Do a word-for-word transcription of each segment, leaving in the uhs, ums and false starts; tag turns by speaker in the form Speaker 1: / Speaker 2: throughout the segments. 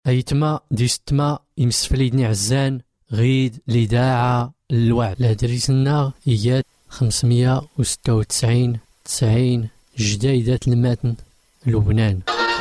Speaker 1: أيتما ديستما يمسفليدني عزان غيد لداعة الوعد لهدريسنا إياد خمسمية وستة وتسعين تسعين جديدة الماتن لبنان.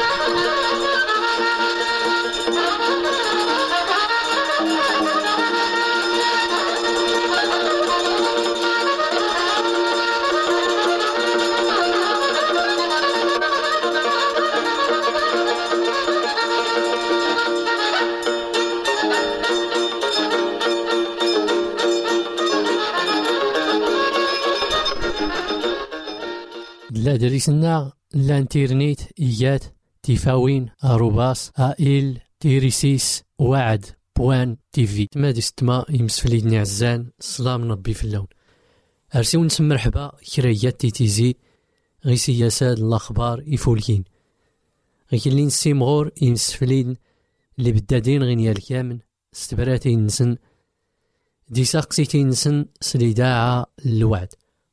Speaker 1: لا دريسنا الانترنت إيات تيفاوين أروباس آئل تيريسيس وعد بوان تيفي. تما ديستما يمسفليدني عزان السلام ربي في اللون. أرسيو نسم مرحبا كريات تيتيزي غي سياسات الأخبار يفولكين غي اللي نسيمغور يمسفليدن اللي بدادين غينيا الكامن استبراتي نسن دي ساقسيتي نسن سليداعة الوعد.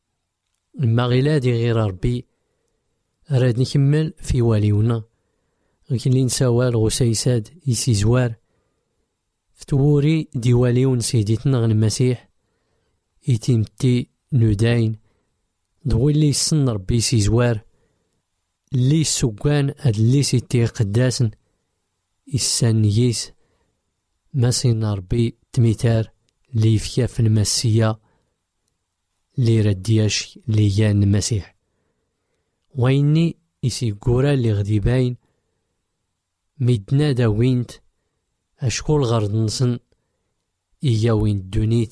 Speaker 1: ما غيلادي غير ربي راد نكمل في واليونا غيك اللي نساوال غسيساد يسي زوار فتوري دي واليون سيديتنا غن المسيح يتيمتي نوداين دو اللي يسن ربي يسي زوار اللي السوقان هاد اللي سيتي قداسن يسان ييس ما سين ربي تميتار اللي يفكا في المسيا لي ردياش لي جان المسيح ويني يسي قورا اللي غدي باين ميدنا دا وينت أشكول غرد نصن إيا وين دونيت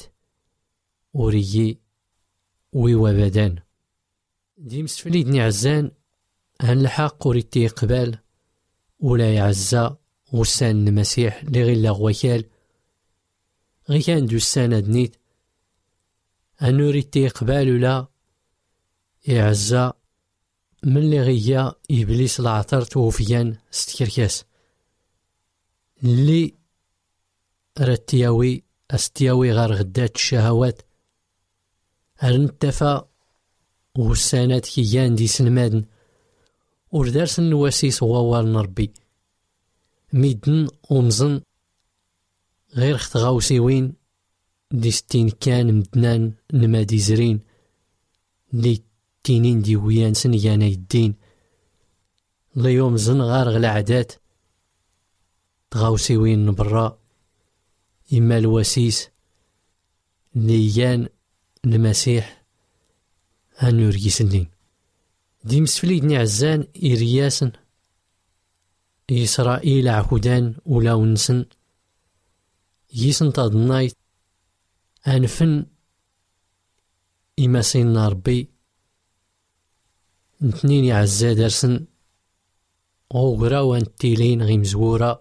Speaker 1: وريي ويوا بدان دي مسفليدني عزان هن الحق وريتي قبال ولا يعزا غسان المسيح لي غير لاغوكال غي كان دو السنة دنيت أنو ريتي قبال ولا يعزا من اللي غيا إبليس العطر توفيان ستكركاس اللي رتياوي أستياوي غار غدات الشهوات أرنتفا غسانات كيان دي سنمادن وردارس النواسيس ووال نربي ميدن ومزن غير ختغاوسيوين دي ستين كان مدنان نمادي زرين لي تينين دي ويان سنيانا يدين ليوم زن غار غلا عدات تغاوسيوين برا إما الوسيس ليان المسيح هانو ريسنين دي مسفليدني عزان إرياسن إسرائيل عهودان ولا ونسن يسن تضنايت أنفن إما سينا ربي نتنين عزا درسن غوغرا وانتيلين غي مزورا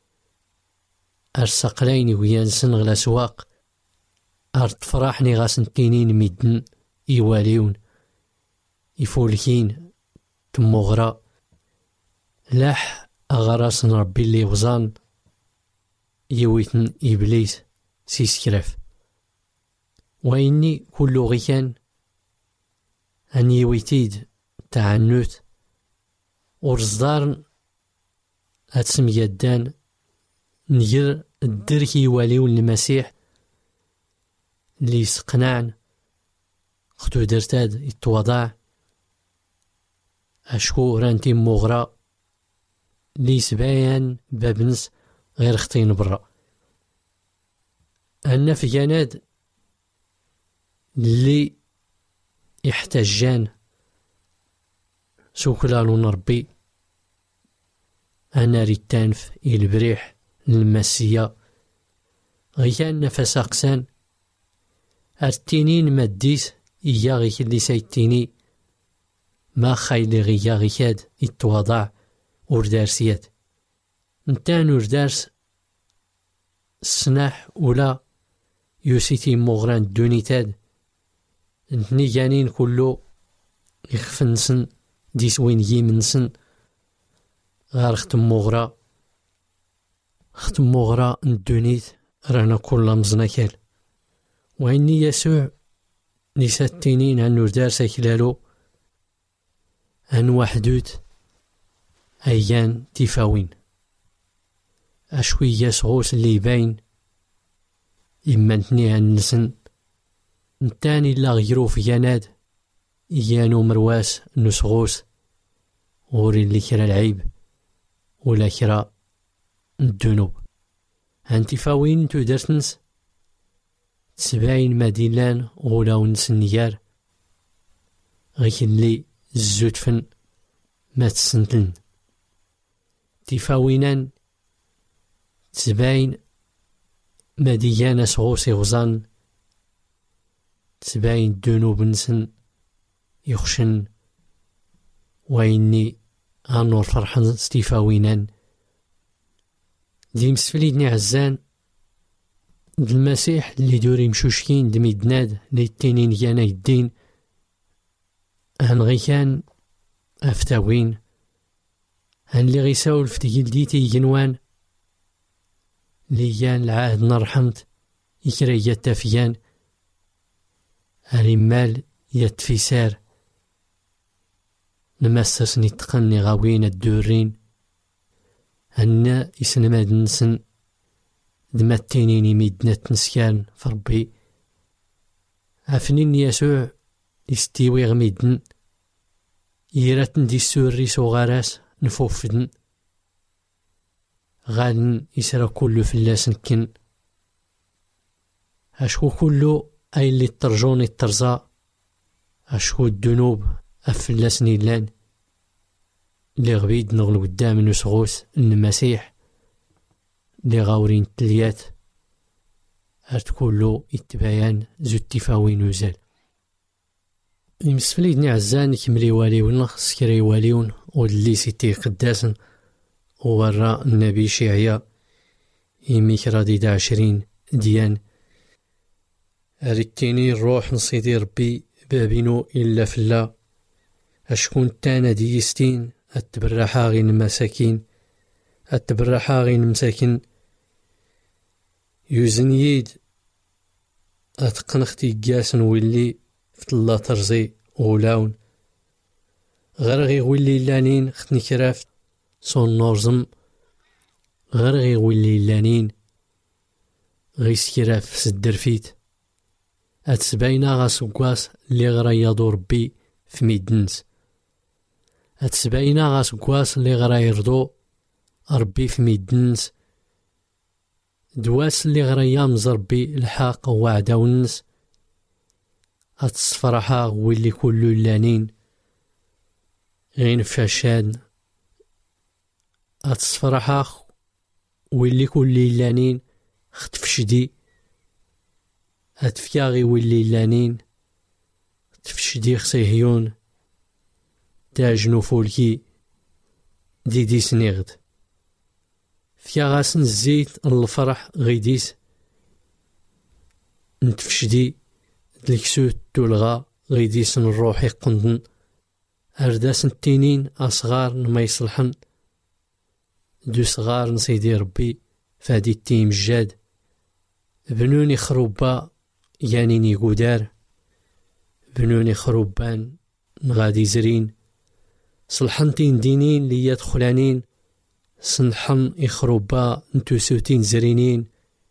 Speaker 1: أرسقلين ويانسن غلا سواق أرد فرحني غاسن تينين ميدن إيواليون يفولكين تمغرا لاح أغراسن ربي اللي وزان يويتن إبليس سيسكراف وإني كل غيكان أن يويتيد تعنوت ورزدارن هتسم يدان نجر الدركي واليون المسيح اللي يسقنعن ختو درتاد يتوضع أشكو رانتي مغرا لي سبايان بابنس غير ختين برا أن في جناد اللي يحتاجان سوكلالو نربي أنا ريتانف البريح المسيا غيان نفس أقسان أرتينين مديس إيا غيك اللي سيتيني ما خايلي غيا غيكاد يتوضع وردارسيات نتان وردارس السناح ولا يوسيتي مغران دونيتاد نتني جانين كلو يخفنسن ديس وين يمنسن غار ختم مغرا ختم مغرا ندونيت رانا كل مزناكال وإني يسوع نساتينين عن نردار ساكلالو عن وحدوت أيان تفاوين أشوية سغوس اللي يباين إما نتني هنسن نتاني لا غيرو في يناد إيانو مرواس نسغوس غوري اللي كرا العيب ولا كرا الذنوب. هانتي فاوين تو درسنس سبعين مدينان غولاو نسنيار غيك اللي الزوتفن ما تسنتلن تفاوينان سبعين مديانا سغوسي غزان سبعين ذنوب نسن يخشن ويني غنور فرحان ستيفاوينان دي مسفليدني عزان د المسيح اللي دوري مشوشكين دميدناد ليتينين يانا الدين هنغي كان افتاوين هن اللي غيساول في تجلديتي ينوان ليان العهد نرحمت يكري يتفيان الرمال يتفسار نمسسني تقني غاوين الدورين هنا يسنماد نسن دمتينيني ميدنا تنسكان فربي عفنين يسوع يستيوي غميدن يراتن دي السوري صغاراس نفوفدن غادن يسرى كله فلاس نكن اشكو كله اي اللي ترجوني الترزا اشكو الذنوب افلاس نيلان اللي غبيد نغلو قدام نسغوس المسيح اللي غاورين التليات هرت كله يتباين زو تفاوين وزال يمسفليدني عزان كملي واليون سكري واليون واللي سيتي قداسن ورا النبي شيعيا يميك رادي دا عشرين ديان أريتيني الروح نصيدي ربي بابينو إلا فلا أشكون تانا ديستين أتبرحا غين مساكين أتبرحا غين مساكين يوزن يد أتقنختي قاسن واللي فتلا ترزي غولاون غرغي واللي لانين ختني كرافت صون نورزم غرغي واللي لانين غيس كراف سدرفيت أتسباينا غاسقواس اللي غرايا دور بي في ميدنس أتسباينا غاسقواس اللي غرايا يرضو ربي في ميدنس دواس اللي غرايا مزربي الحاق وعدا ونس أتصفرحا واللي كلو لانين غين فاشاد أتصفرحا واللي كلو لانين ختفشدي أتفياغي واللي لانين تفشدي خسيهيون تاجنو فولكي ديدي سنيغد فياغاسن الزيت الفرح غيديس نتفشدي دلكسو تولغا غيديس نروحي قندن أرداس التينين أصغار نما يصلحن دو صغار نسيدي ربي فادي التيم الجاد بنوني خروبا يانيني قدار بنوني خروبان نغادي زرين صلحنتين دينين لي يدخلانين صنحن إخروبا نتو سوتين زرينين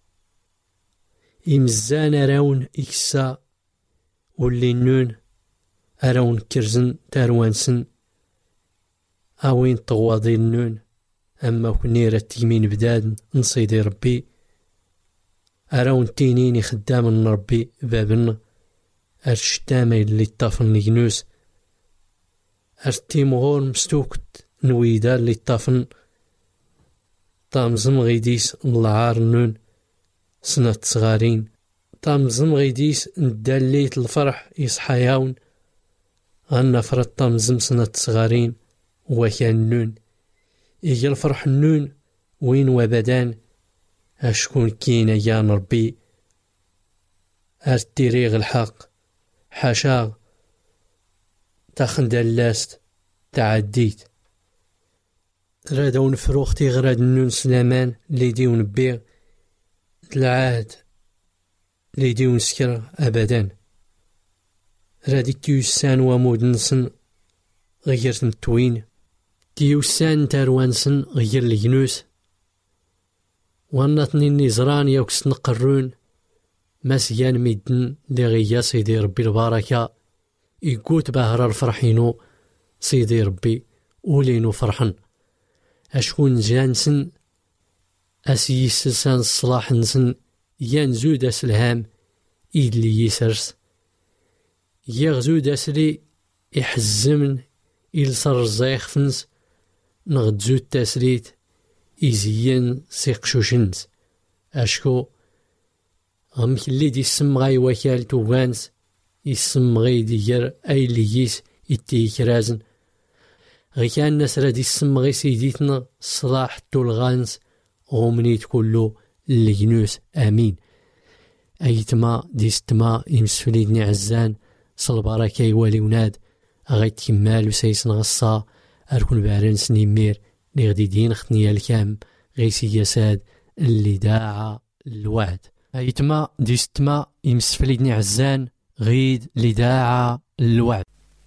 Speaker 1: إمزان أراون إكسا واللي نون أراون كرزن تاروانسن أوين طواضي النون أما كنيرة تيمين بداد نصيدي ربي أراون تينيني خدام ربي بابن أرشتامي اللي طافن ينوس أرتيمغور مستوكت نويدا اللي طافن طامزم غيديس العار نون سنة صغارين طامزم غيديس نداليت الفرح يصحياون غانا فرط طامزم سنة صغارين وكان نون إيجا الفرح نون وين وبدان أشكون كينا يا ربي أرتيريغ الحق حاشاغ تاخن دلاست تعديت رادون فروختي غراد نون سلامان ليدي ونبيغ العهد ليدي ونسكر أبدا رادي تيوسان ومودنسن غير نتوين تيوسان تاروانسن غير الجنوس ونطني النزران يوكس نقرون مسيان ميدن لغيا سيدي ربي البركة يقوت بهر الفرحينو سيدي ربي ولينو فرحن أشكون جانسن أسيسسان الصلاح نسن ينزود أسلهام إيدلي يسرس يغزود أسلي يحزمن إلصر الزايخ فنس نغدزود تسريت إزيان سيقشوشنس أشكو غمك اللي دي السمغاي وكال توغانس السمغاي ديار أي ليس إتيكرازن غي كان نسرا دي السمغاي سيديتنا صلاح تولغانس غومنيت كلو اللينوس آمين أيتما دي ستما يمسفليدني عزان صلباركا يوالي وناد أغيت كمال وسيسن غصا أركن بارن سنيمير لي غدي دين ختنيا الكام غيسي يساد اللي داعا الوعد أيتما دي ستما يمسفليدني عزان غيد اللي داعا الوعد.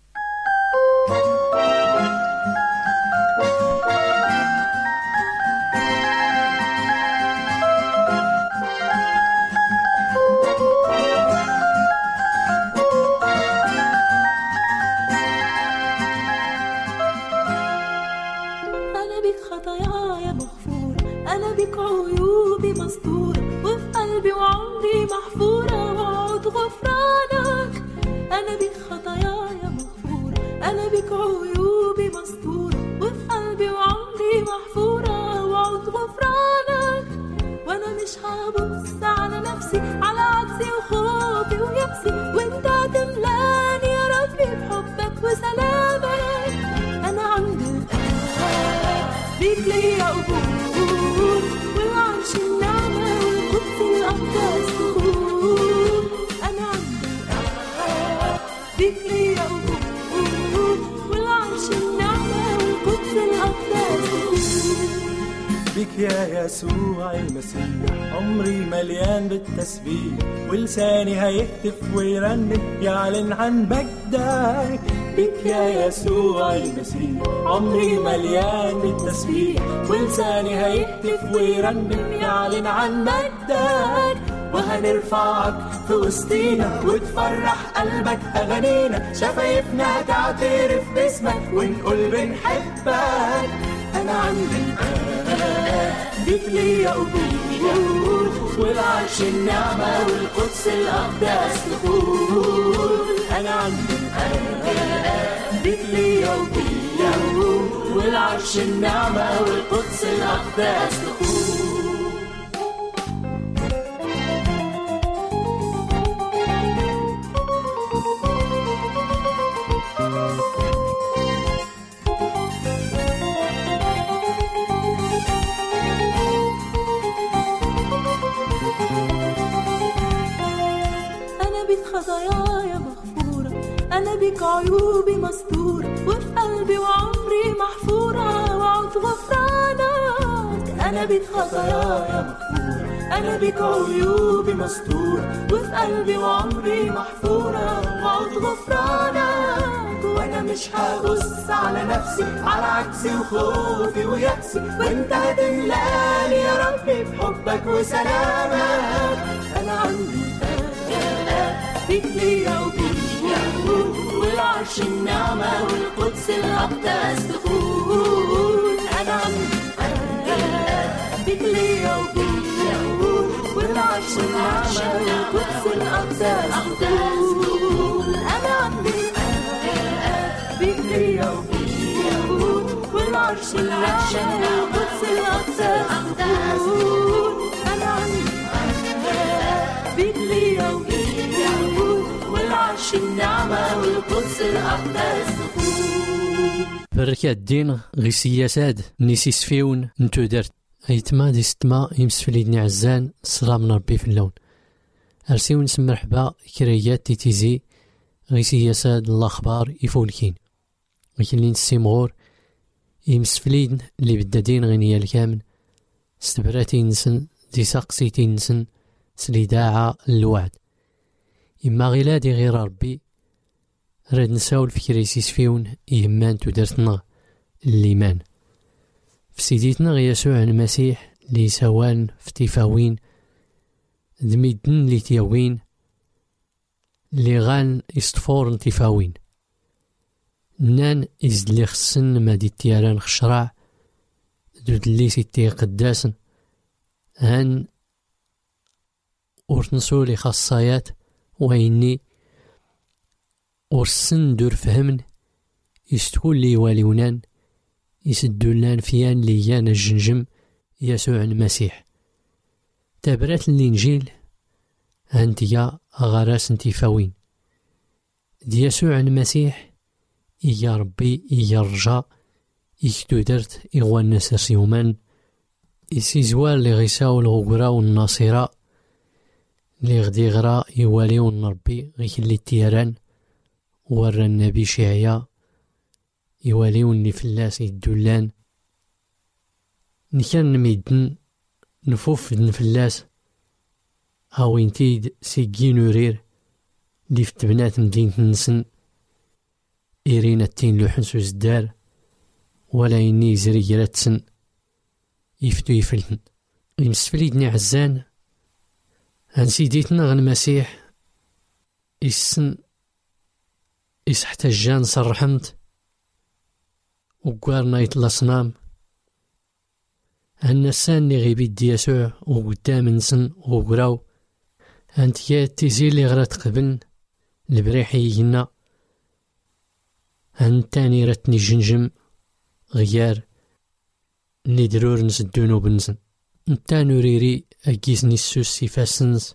Speaker 2: بك يا يسوع المسيح عمري مليان بالتسبيح ولساني هيهتف ويرنم يعلن عن مجدك. بك يا يسوع المسيح عمري مليان بالتسبيح ولساني هيهتف ويرنم يعلن عن مجدك. وهنرفعك في وسطينا وتفرح قلبك أغانينا شفايفنا تعترف باسمك ونقول بنحبك. أنا عندي بك ليا قبول والعرش النعمة والقدس الأقداس دخول. أنا عندي بك ليا قبول والعرش النعمة والقدس الأقداس دخول.
Speaker 3: خطاياي مغفورة أنا بك عيوبي مستورة وفي قلبي وعمري محفورة وعود غفرانك. أنا بك خطاياي مغفورة أنا بك عيوبي مستورة وفي قلبي وعمري محفورة وعود غفرانك. وأنا مش هبص على نفسي على عكسي وخوفي ويأسي وأنت هتملاني يا ربي بحبك وسلامك. أنا عندي بك ليا وبيا والعرش النعمة والقدس الأقداس دخول. أنا عندي بك ليا وبيا والعرش النعمة والقدس الأقداس دخول. أنا عندي بك ليا وبيا والعرش النعمة والقدس الأقداس دخول. أنا عندي بك ليا وبيا والعرش النعمة والقدس الأقداس دخول.
Speaker 1: بركة الدين غي سياسات نيسي سفيون نتو درت أيتما دي ستما يمسفليدني عزان السلام من ربي في اللون أرسيون نسم مرحبا كريات تيتيزي غي سياسات الأخبار يفولكين وكلين السيمغور يمسفليدن اللي بدادين غنيا الكامل استبراتي نسن دي ساقسيتي نسن سليداعة الوعد. إما غيلادي غير ربي راد نساول في كريسيس فيون يهمان تدرتنا الإيمان في سيديتنا غي يسوع المسيح لي سوان في تيفاوين دميدن لي تياوين لي غان استفور تيفاوين نان إزد لي خصن ما دي تياران خشراع دود لي سيتي قداسن هان ورتنسو لي خاصايات ويني ورسن دور فهمن يستكون لي واليونان يسدولان فيان ليان الجنجم يسوع المسيح تبرات الإنجيل هانتيا أغراس تيفاوين دي يسوع المسيح إيا ربي إيا رجاء إكتو درت إغوان ناس يومان إسيزوار لي غيساو الغقرا والناصرة لي غدي غرا يواليون ربي غيكلي التيران ورا النبي شعيا يواليون لي فلاس يدولان نكان نميدن نفوف نفلاس هاوين تيد سيجي نورير لي في تبنات مدينة نسن إيرينا التين لوحن سوز الدار ولا إني زري جراتسن يفتو يفلتن يمسفليدني عزان هان سيديتنا غن مسيح إسن إس حتجان صرحمت وقارنا يطلع صنام هان نسان لي غيبيد دي يسوع وقدام نسن وقراو هانت يا تيزير لي غرات قبل البريحي يجينا هان تاني راتني جنجم غيار اللي درور نسدونو بنزن نتا نوريري أكيسني السوس يفاسنس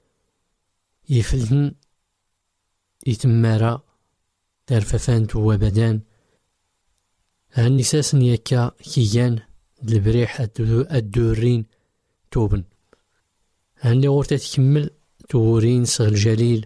Speaker 1: يفلتن يتمارا ترففان توا بدان هان نساسن يكا كيان البريح الدورين توبن هان لي غورتا تكمل تورين صغل جليل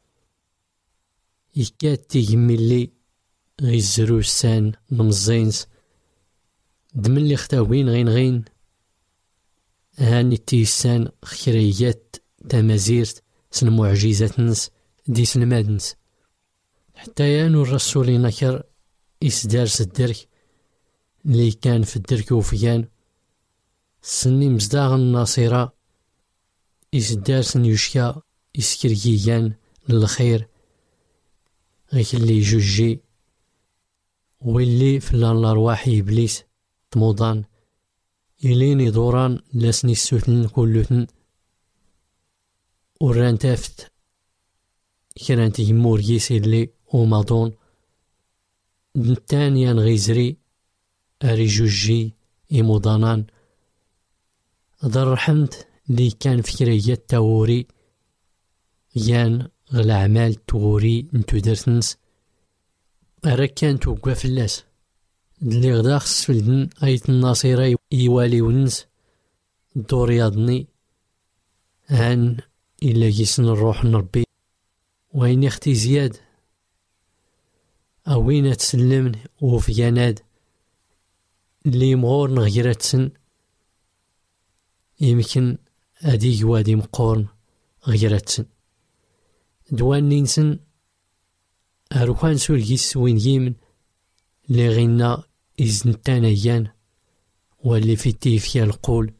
Speaker 1: يكاد تيجمل لي غيزرو السان نمزينس دمن لي ختاوين غين غين هاني تيسان خيريات تمازيرت سن معجزات نس دي سن مادنس حتى يانو الرسول نكر إسدارس الدرك اللي كان في الدرك وفيان سني مزداغ الناصرة إسدارس يشكا إسكريان للخير غيك اللي جوجي واللي فلان الأرواح إبليس تموضان إليني دوران لاسني السوتن كلوتن وران تافت كران تيمور يسيلي وماضون نتانيان غيزري أري جوجي إموضانان دار رحمت لي كان فكرية تاوري يان غالعمال توري نتو درتنس أرا كان توقع فلاس اللي غدا خص فلدن أيت الناصرة يوالي ونس دور ياضني هان إلا يسن الروح نربي وين يختي زياد أوين تسلمن وفياناد اللي مغور نغيراتسن يمكن أدي وادي مقورن غيراتسن دوان نينسن أروحان سولجيس وين يمن اللي غينا إزنتانيان واللي في التيفيا القول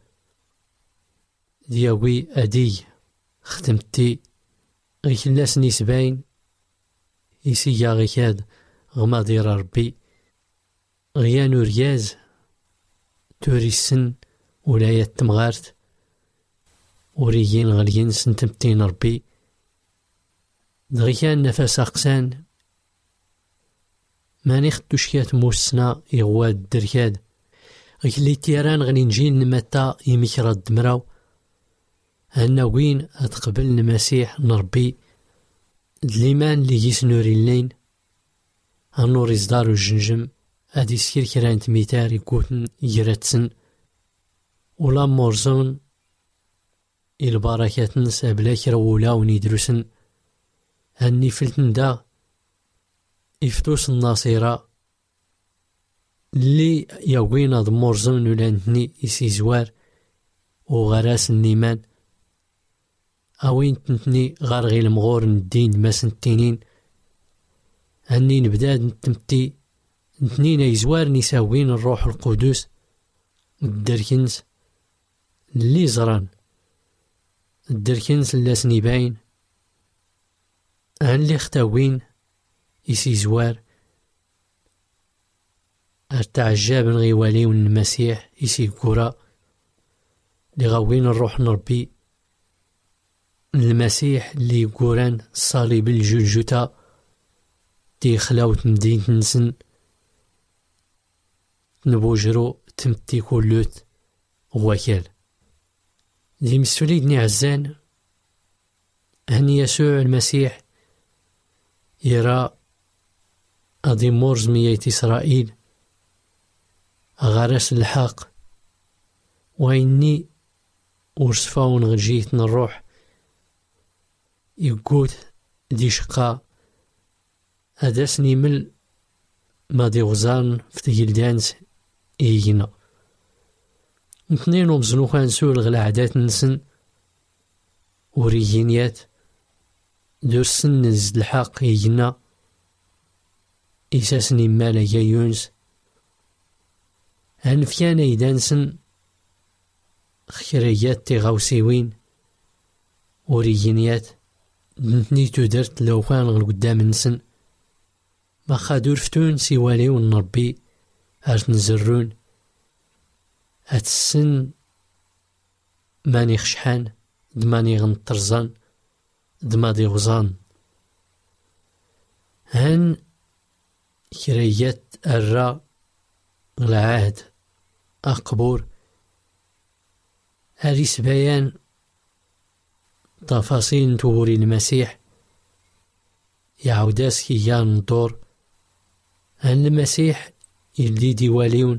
Speaker 1: دياوي أدي ختمتي غيكلاس نسباين إسيا غيكاد غماضير ربي غيانو رياز توريسن ولاية تمغارت وريين غليين سنتمتين ربي دغيان نفس أقسان ماني خدو شكات موسنا إغواد الدركاد غيكلي تيران غني نجين نمتا يمكرا الدمراو هانا وين أتقبل المسيح نربي دليمان لي يسنوري اللين هنور إصدار الجنجم أدي سكير كران تميتار يكوتن يراتسن ولا مورزون البركات نسا بلا كرا ولا وندرسن هاني فلتن دا إفتوس الناصرة اللي يوين هاد مورزون ولانتني إسي زوار وغراس النيمان أوين تنتني غار غير المغور ندين ما سنتينين هاني نبداد نتمتي نتنين يزوار نساوين الروح القدس الدركنز اللي زران الدركن سلاسني باين عن اللي اختاوين يسي زوار ارتعجاب غيوالي المسيح يسي كورا لغاوين الروح نربي المسيح اللي يقوران صليب الجلجتا دي خلاوت مدينة نسن نبوجرو تمتي كولوت وكال دي مسوليدني عزان هني يسوع المسيح يرى أدي مورز ميات إسرائيل غرس الحق وإني ورصفاون غجيت نروح يقود دي شقا أدسني مل ما دي غزان في تجلدانس إيجنا اثنين ومزنو كان سول غلا عادات نسن وريجينيات درسن نزد الحق إيجنا إساسني مالا جايونس هنفيان إيدانسن خيريات تغاوسيوين وريجينيات نتني تدرت لو كان غل قدام نسن ما خادور فتون سيوالي ونربي هاش نزرون هات السن ماني خشحان دماني غنطرزان دمادي غزان هن كريات الرا العهد أقبور هاريس بيان تفاصيل توري المسيح يعوداس كيان ندور أن المسيح يلي ديواليون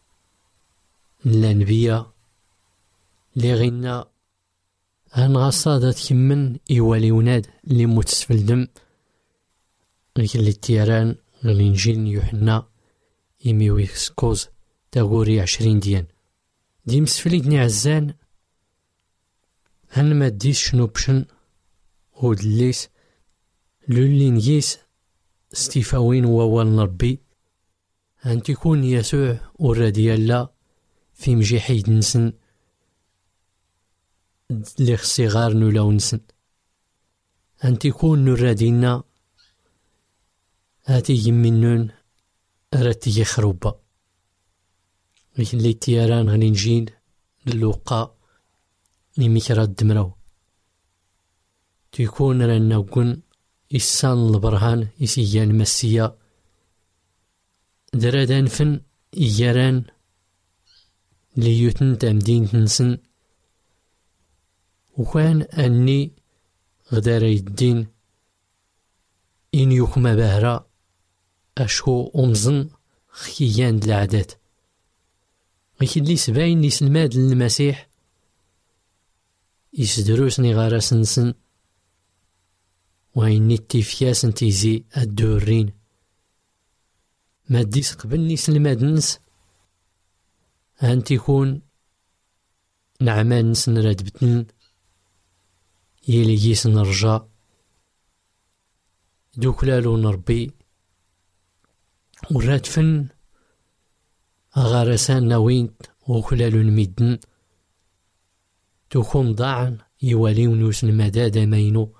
Speaker 1: الأنبياء لي غينا هن غصادات كمن يواليوناد اللي متسفل دم اللي التيران الإنجيل يوحنا يميوي سكوز تاغوري عشرين ديان دي مسفليدني عزان هن ما ديس شنو بشن ودليس لولي نجيس ستيفاوين ووال نربي أن تكون يسوع ورادي الله في مجيحيد نسن لي صغار نولاو نسن أن تكون نرادينا هاتي يمنون راتي خروبا اللي تياران غني نجين اللوقا لميكرا الدمراو تيكون رانا وكن إسان البرهان إسيان مسيا درادان فن إياران ليوتن تمدين تنسن وكان أني غدار الدين إن يكما بهرا أشو أمزن خيان العادات غيك اللي سباين لي سلماد للمسيح يسدروسني غارا سنسن وين التيفياس نتيزي الدورين ما ديس قبلني سلماد نس هان تيكون نعمان نسن رادبتن يلي يسن رجا دوكلالو نربي وراد فن غارسان ناوينت وكلالو نميدن تكون ضاعن يواليو نوس المداد ماينو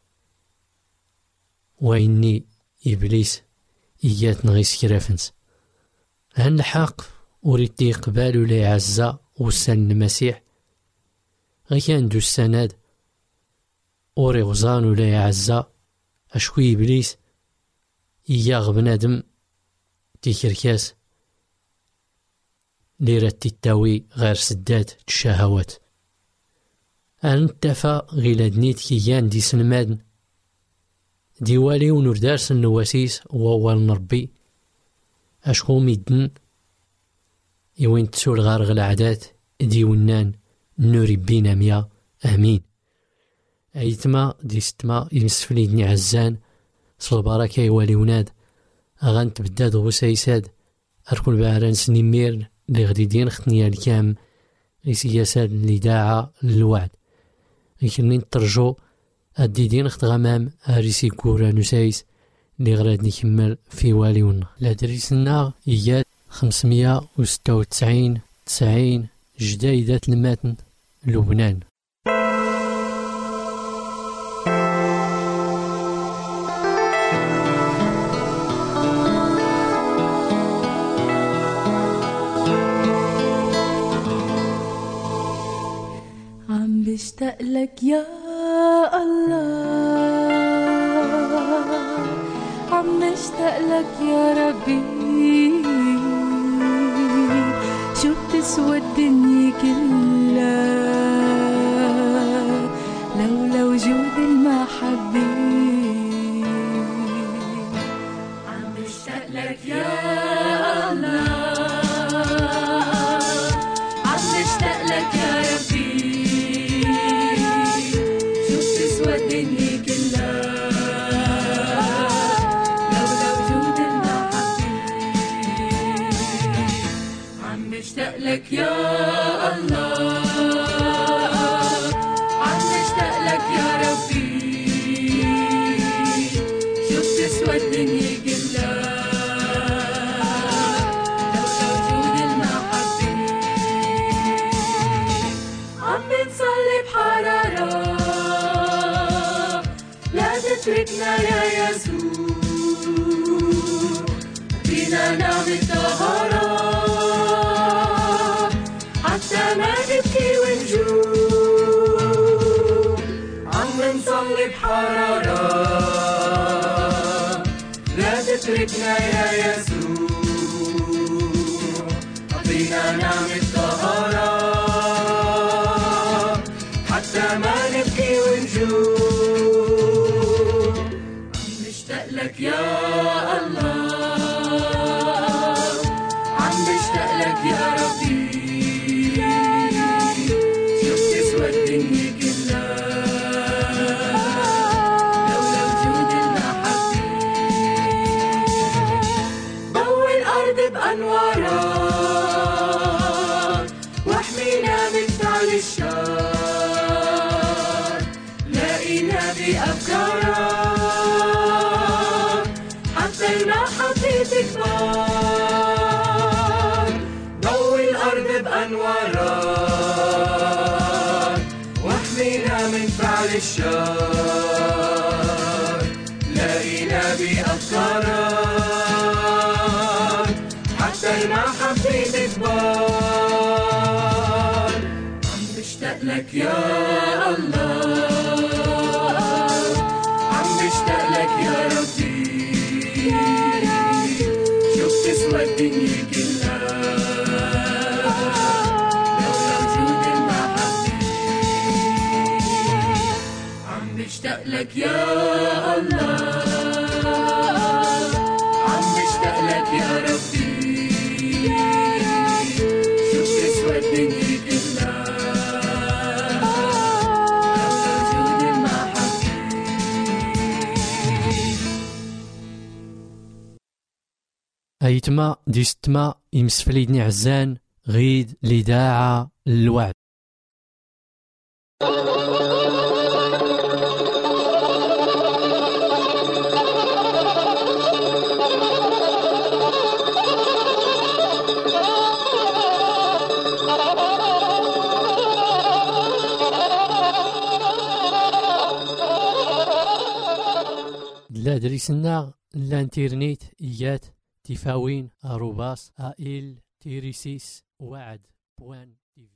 Speaker 1: وإني إبليس إيات نغيس كرافنس هن الحق وريتي قبالو لي عزة وسن المسيح غيان دو السند وري غزانو لي عزة أشكوي إبليس إياغ بنادم تيكركاس ليرة تتاوي غير سداد الشهوات أنتفا غيلادنيت كيان دي سنمادن ديوالي ونردارس النواسيس ووال نربي أشكو ميدن يوين تسول غارغ العادات ديونان نوري بينا ميا أمين أيتما دي ستما يمسفليدني عزان صل بركة يوالي وناد أغان تبداد غسايساد أركن بعران سنمير لغديدين ختنيا الكام غيسياسات اللي داعا للوعد غيكني نترجو الديدين اخت غمام هاريسي كورا نسايس اللي غراد نكمل في واليون لا دريسنا إياد خمسمية وستة وتسعين تسعين جدايدات الماتن لبنان.
Speaker 3: عم بشتاق لك يا الله، عم بشتاق لك يا ربي، شو بتسوى الدنيا كلها لولا وجود المحبة. عم بشتاق لك يا الله، عم بشتاق لك يا ربي، شو بتسوى الدنيا كلها لولا وجود المحبة. عم بشتاق لك يا الله، عم بشتاق لك يا ربي، شو بتسوى الدنيا كلها لولا وجود المحبة. عم بنصلي بحرارة لا تتركنا يا يسوع، فينا نعمل طهارة حتى ما نبكي ونجوع. عم نصلي بحرارة لا تتركنا يا يسوع، فينا نعمل طهارة حتى ما نبكي ونجوع. عم بشتاق لك يا الله، عم بشتاق لك يا ربي، شو بتسوى الدنيا كلها لولا وجود المحبة. ضوي الأرض بأنوارها واحمينا من فعل الشر، لاقينا بأفكارها حتى المحبة تكبر. ضوي الأرض بأنوارها واحمينا من فعل الشر، لاقينا بأفكارها حتى المحبة تكبر. عم بشتاق لك يا الله، عم بشتاق لك يا ربي، شو بتسوى الدنيا كلها لولا وجود المحبة. عم بشتاق لك يا الله، عم بشتاق لك يا ربي، شو بتسوى الدنيا كلها لولا وجود المحبة.
Speaker 1: أيتما ديستما يمسفليدني عزان غيد لداعة الوعد. لا دريسنا لا انترنت إيات تفاوين أروباس آئل تيريسيس وعد بوان